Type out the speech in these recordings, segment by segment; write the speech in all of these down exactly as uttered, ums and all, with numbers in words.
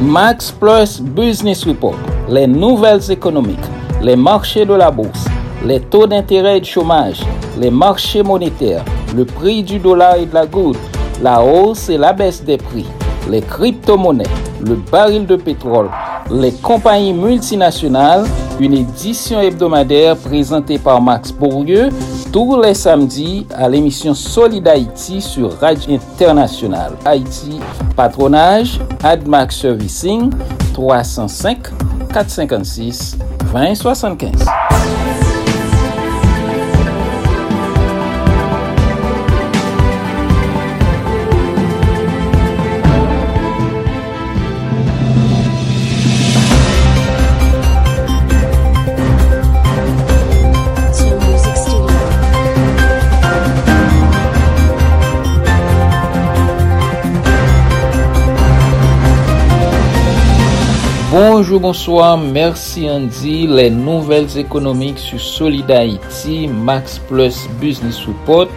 Max Plus Business Report, les nouvelles économiques, les marchés de la bourse, les taux d'intérêt et de chômage, les marchés monétaires, le prix du dollar et de la goutte, la hausse et la baisse des prix, les crypto-monnaies, le baril de pétrole, les compagnies multinationales, une édition hebdomadaire présentée par Max Bourdieu tous les samedis à l'émission Solid Haïti sur Radio Internationale. Haïti Patronage, AdMax Servicing, trois cent cinq, quatre cent cinquante-six, vingt soixante-quinze. Bonjour, bonsoir, merci Andy. Les nouvelles économiques sur Solid Haïti, Max Plus Business Report.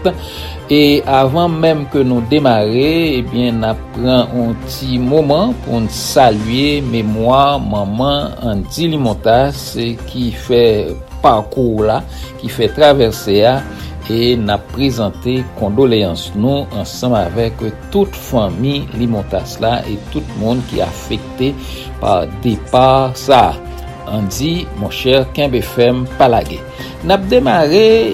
Et avant même que nous démarrer, eh bien, nous prenons un petit moment pour nous saluer mémoire maman Andy Limontas qui fait parcours là, qui fait traverser là. Et n'a présenté condoléances nous ensemble avec toute famille Limontas là et tout le monde qui est affecté par départ ça. On dit mon cher Kembe F M Palagé. N'a démarré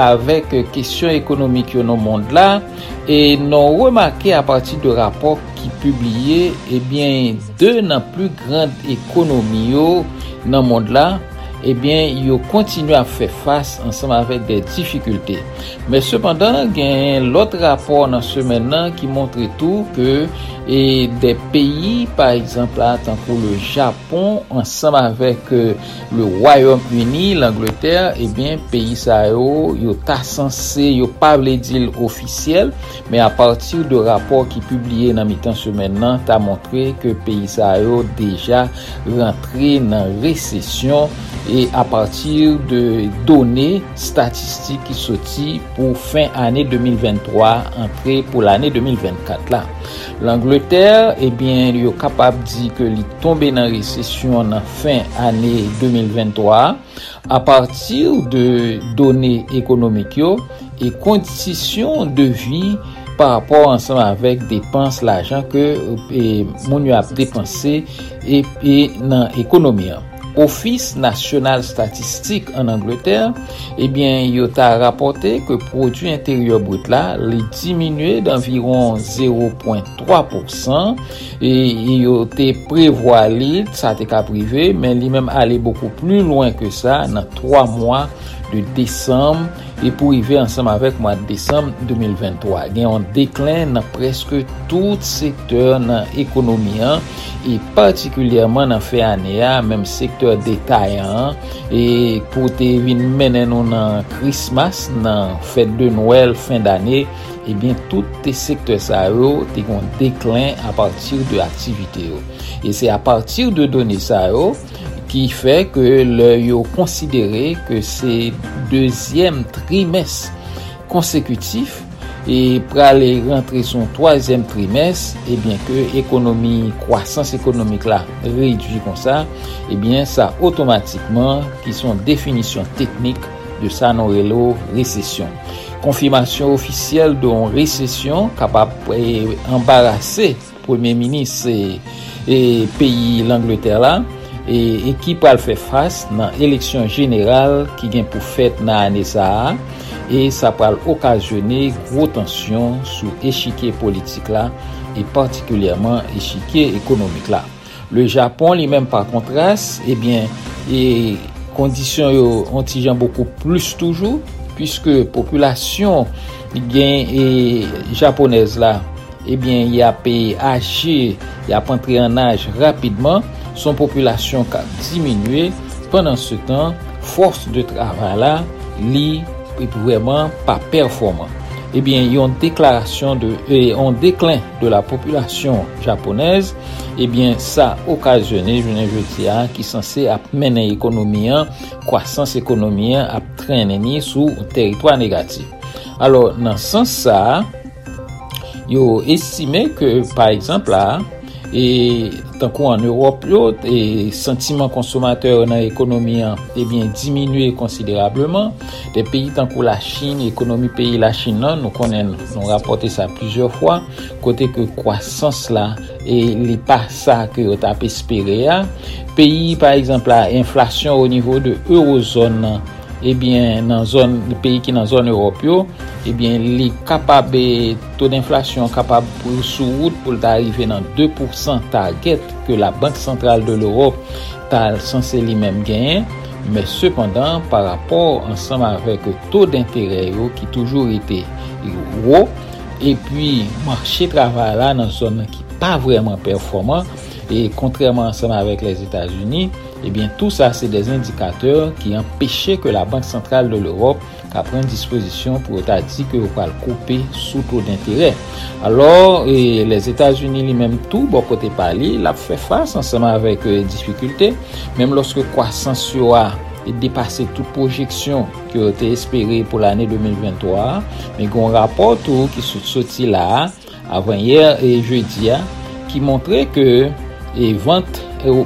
avec question économique dans le monde là et nous remarqué à partir de rapports qui publié eh bien deux dans plus grande économie dans le monde là. Eh bien, ils continuent à faire face ensemble avec des difficultés. Mais cependant, il y a l'autre rapport dans ce maintenant qui montre tout que et des pays, par exemple, là, tant que le Japon, ensemble avec euh, le Royaume-Uni, l'Angleterre, eh bien, pays ça yo, yo ta censé, yo pas le dire officiel, mais à partir de rapports qui publiés dans mi-temps ce maintenant, t'as montré que pays ça yo déjà rentré dans récession. Et à partir de données statistiques qui sortent pour fin année deux mille vingt-trois, entrée pour l'année deux mille vingt-quatre là. L'Angleterre, eh bien, il est capable de dire que il tombé dans récession en fin année deux mille vingt-trois à partir de données économiques yo, et conditions de vie par rapport ensemble avec dépenses l'argent que et mon a dépensé et et dans l'économie. Office national statistique en Angleterre, eh bien, il a rapporté que le produit intérieur brut là, il diminué d'environ zéro virgule trois pour cent et il a prévoit ça t'est qu'à privé, mais lui même aller beaucoup plus loin que ça dans trois mois de décembre et pour arriver ensemble avec mois de décembre deux mille vingt-trois. Il y a un déclin dans presque tout secteur dans l'économie et particulièrement dans fin année, même secteur détaillant et pour te venir mener nous dans Christmas, dans fête de Noël, fin d'année, et bien tout les secteurs ça yo te gon déclin à partir de l'activité et c'est à partir de données ça yo qui fait que le yo considéré que c'est deuxième trimestre consécutif et pour aller rentrer son troisième trimestre et bien que économie croissance économique là réduit comme ça et bien ça automatiquement qui sont définitions techniques de ça non relo récession. Confirmation officielle d'une récession capable embarrasser premier ministre et, et pays l'Angleterre là et, et qui peut faire face dans l'élection générale qui vient pour faire dans l'année ça et ça peut occasionner gros tension sur l'échiquier politique là et particulièrement l'échiquier économique là. Le Japon lui-même par contraste eh bien et conditions yo ont beaucoup plus toujours puisque population gain et japonaise là eh bien il y a payé âgé il y a entré en âge rapidement son population a diminué pendant ce temps force de travail là li vraiment pas performant eh bien il y a une déclaration de et un déclin de la population japonaise eh bien ça occasionné je ne dis pas qui censé mener l'économie croissance économique à traîner sur un territoire négatif. Alors dans ce sens ça yo estimé que par exemple là et tant qu'en Europe yo et sentiment consommateur dans l'économie eh bien diminué considérablement. Des pays tant que la Chine, économie pays la Chine non, nous connaissons nous rapporté ça plusieurs fois côté que croissance là et les pas ça que on t'a espéré. Pays par exemple la inflation au niveau de eurozone eh bien dans zone les pays qui dans zone Europe yo, eh bien les capable taux d'inflation capable pour sous route pour arriver dans deux pour cent target que la Banque centrale de l'Europe t'a censé lui-même gagner, mais cependant par rapport ensemble avec le taux d'intérêt yo, qui toujours été haut et puis marché travail là dans zone qui pas vraiment performant et contrairement ensemble avec les États-Unis, eh bien tout ça c'est des indicateurs qui empêchaient que la Banque centrale de l'Europe prenne disposition pour t'a dit que va le couper sous taux d'intérêt. Alors et les États-Unis lui-même tout bon côté parler, l'a fait face ensemble avec euh, difficultés, même lorsque croissance a dépassé toute projection qui a été espérée pour l'année deux mille vingt-trois, mais un rapport tout qui sorti là avant hier et jeudi qui montrait que les ventes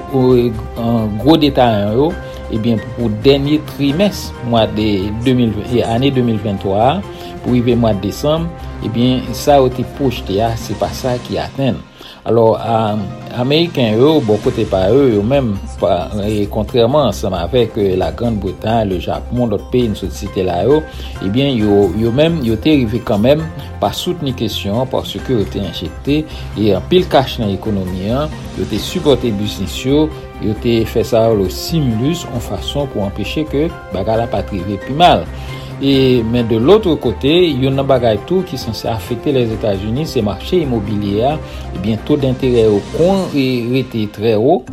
en gros détail et bien pour dernier trimestre mois de deux mille vingt et année deux mille vingt-trois pour arriver mois de décembre et bien ça a été projeté c'est pas ça qui atteint. Alors euh, américains eux bon côté pas eux même pas, et contrairement ensemble avec euh, la Grande-Bretagne, le Japon, d'autres pays une société là eux et bien yo yo même yo été arrivé quand même pas soutenir question parce que était injecté et en pile cash dans l'économie hein, yo été supporter business yo yo été fait ça le stimulus en façon pour empêcher que bagarre la pas arriver plus mal. Et mais de l'autre côté, il y a un bagage tout qui sont censé affecter les États-Unis, c'est marché immobilier et bien taux d'intérêt au compte était très haut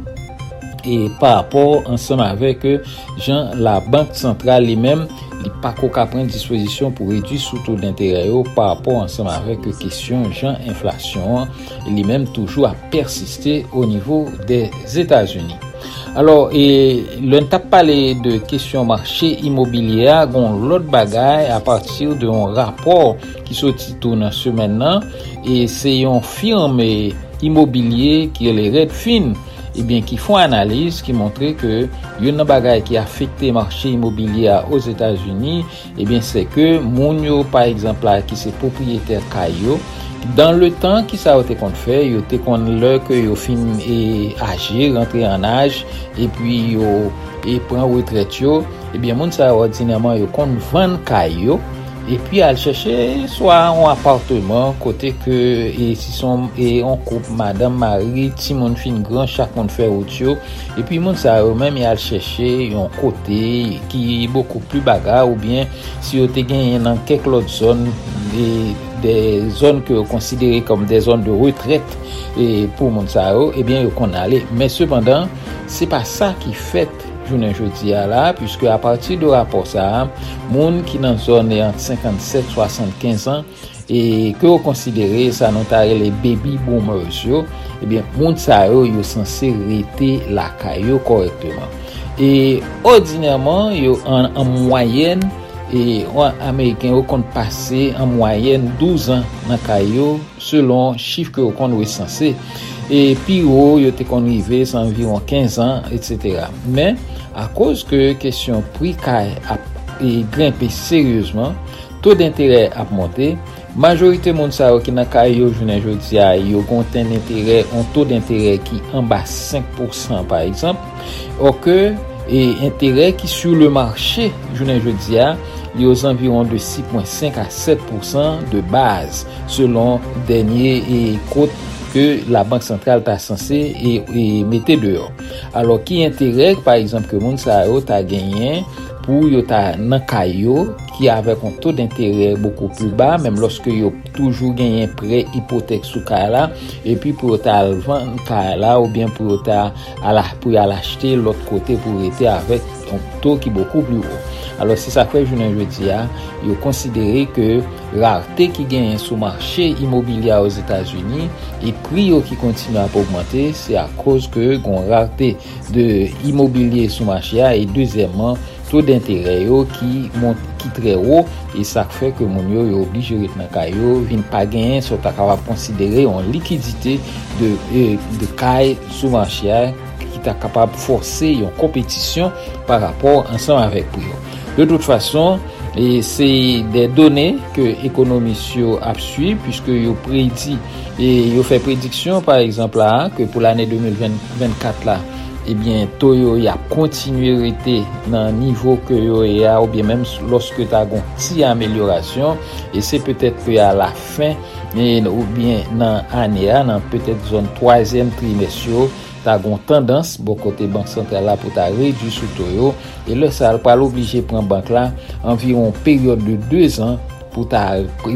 et par rapport ensemble avec Jean la Banque centrale lui-même il pas qu'au prendre disposition pour réduire sous taux d'intérêt par rapport ensemble avec question Jean inflation lui-même toujours a persisté au niveau des États-Unis. Alors et l'on t'a parlé de question marché immobilier gon l'autre bagaille à partir d'un rapport qui sorti tout dans semaine là et c'est un firme immobilier qui est les Redfin et bien qui font analyse qui montrait que il y a une bagaille qui affecte le marché immobilier aux États-Unis et bien c'est que moun yo par exemple là qui c'est propriétaire caillou dans le temps qui ça a été qu'on fait yo té qu'on le que yo fin et agir rentrer en âge et puis yo et prend retraite yo et bien moun ça ordinairement yo qu'on vendre caillou et puis aller chercher soit un appartement côté que et si sont et on couple madame mari ti moun fin grand chaque monde fait autre et puis moun ça même il aller chercher un côté qui beaucoup plus bagarre ou bien si on te gagné dans quelques autres zones des des zones que considérées comme des zones de retraite et pour moun ça et bien qu'on aller mais cependant c'est pas ça qui fait journée jeudi là puisque à partir de rapport ça moun qui dans zone entre cinquante-sept soixante-quinze ans et que vous considérez ça notamment les baby boomers yo et bien moun ça yo yo censé rester la caillou correctement et ordinairement yo en, en moyenne et les américains ont compte passer en moyenne douze ans dans caillou selon chiffre que vous compte recensé et puis oh yo te kon rivé c'est environ quinze ans etc. mais à cause que question prix caille a grimpé sérieusement taux d'intérêt a monté majorité monde ça qui dans caillou journée jodi a yo compte d'intérêt un taux d'intérêt qui en bas cinq pour cent par exemple or que et intérêt qui sur le marché journée jodi a il y a aux environs de six virgule cinq à sept pour cent de base selon dernier et cote que la Banque centrale t'a censé et, et mettre dehors. Alors qui intérêt par exemple que moun sa yo t'a gagné pour yo ta nan kayo qui avec un taux d'intérêt beaucoup plus bas même lorsque yo toujours gagné prêt hypothèque sous kala et puis pour ta vendre kala ou bien pour ta à la pour l'acheter l'autre côté pour être avec un taux qui beaucoup plus haut. Alors c'est ça fait journée jeudi a yo considérer que rareté qui gagne sur marché immobilier aux États-Unis et prix qui continue à augmenter c'est à cause que gon rareté de immobilier sur marché et deuxièmement taux d'intérêt yo qui monte qui très haut et ça fait que mon yo est obligé de dans caillou vinn pas gagner so ta capable considérer en liquidité de euh, de caille sous marché qui t'a capable forcer une compétition par rapport ensemble avec pour de toute façon. Et c'est des données que économistes a suivi puisque yo prédit et yo fait prédiction par exemple là que pour l'année deux mille vingt-quatre là eh bien taux yo y a continué rester dans niveau que yo y a ou bien même lorsque tu as une petite amélioration et c'est peut-être que à la fin et, ou bien dans année dans peut-être zone troisième trimestre ta gon tendance bon côté banque centrale là pour ta réduire sous taux et là ça pas l'obligé prendre banque là environ période de deux ans pour ta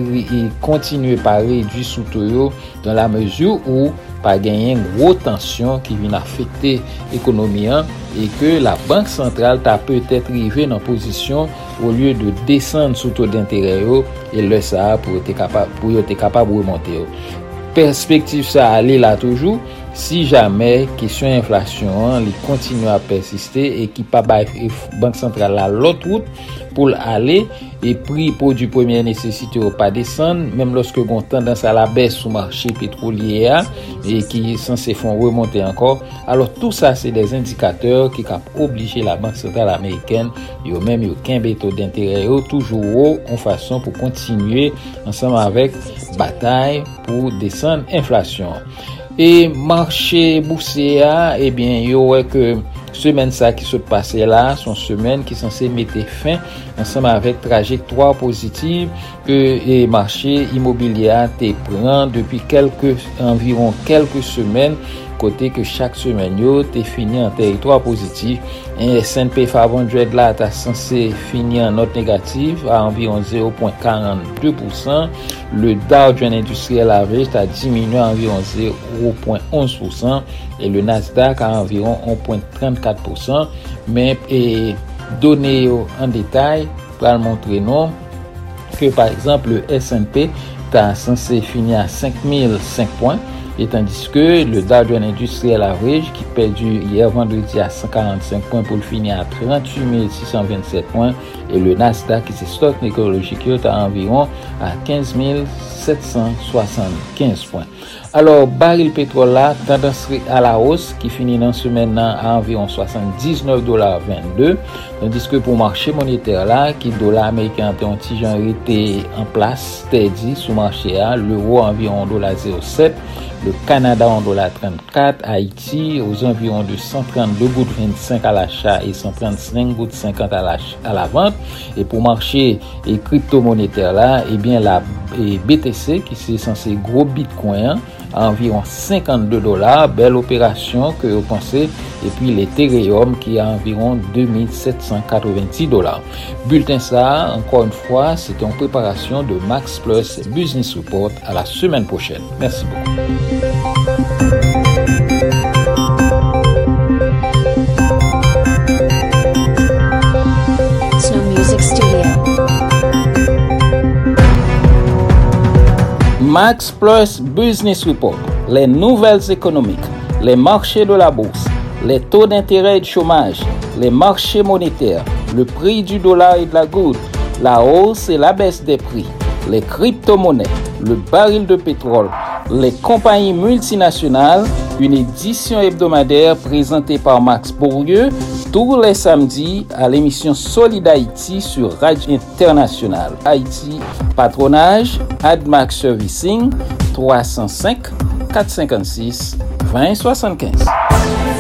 continuer par réduire sous taux dans la mesure où pas gagner une grosse tension qui vient affecter l'économie et que la banque centrale t'a peut-être arrivé dans position au lieu de descendre sous taux d'intérêt et le ça pour être capable pour être capable de remonter perspective ça aller là toujours si jamais question inflation il continue à persister et qui pas banque centrale là l'autre route pour aller et prix produits première nécessité ou pas descendre même lorsque on tendance à la baisse sur marché pétrolier et qui est censé font remonter encore alors tout ça c'est des indicateurs qui cap obliger la banque centrale américaine yo même yo kembe taux d'intérêt toujours en façon pour continuer ensemble avec bataille pour descendre inflation. Et marché boursier eh bien yo ouais que semaine ça qui se passé là sont semaines qui censé mettre fin ensemble avec trajectoire positive que les marchés immobiliers te prend depuis quelques environ quelques semaines côté que chaque semaine yo t'es fini en territoire positif et S and P cinq cents là t'as censé finir en note négative à environ zéro virgule quarante-deux pour cent le Dow Jones Industrial Average t'a diminué à environ zéro virgule onze pour cent et le Nasdaq à environ un virgule trente-quatre pour cent mais et données en détail pour le montrer non que par exemple le S and P t'a censé finir à cinq mille cinq points et tandis que le Dow Jones Industrial Average qui perdu hier vendredi à cent quarante-cinq points pour le finir à trente-huit mille six cent vingt-sept points et le Nasdaq qui c'est stock technologique est à environ à quinze mille sept cent soixante-quinze points. Alors baril pétrole là tendance à la hausse qui finit dans semaine à environ soixante-dix-neuf dollars vingt-deux tandis que pour marché monétaire là qui dollar américain était un petit genre était en place steady sur marché à l'euro environ dollar zéro virgule sept le Canada en dollar trente-quatre, Haïti aux environs de cent trente-deux gouttes vingt-cinq à l'achat et cent trente-cinq gouttes cinquante à la, à la vente. Et pour marché et crypto-monétaire là, eh bien la et B T C qui c'est censé gros Bitcoin à environ cinquante-deux dollars, belle opération que vous pensez. Et puis l'Ethereum qui est à environ deux mille sept cent quatre-vingt-dix dollars. Bulletin ça, encore une fois, c'est en préparation de Max Plus Business Report à la semaine prochaine. Merci beaucoup. Snow Music Studio. Max Plus Business Report, les nouvelles économiques, les marchés de la bourse, les taux d'intérêt et de chômage, les marchés monétaires, le prix du dollar et de la goutte, la hausse et la baisse des prix, les crypto-monnaies, le baril de pétrole, les compagnies multinationales, une édition hebdomadaire présentée par Max Bourdieu tous les samedis à l'émission Solid Haïti sur Radio Internationale. Haïti Patronage, AdMax Servicing, trois cent cinq quatre cent cinquante-six vingt soixante-quinze.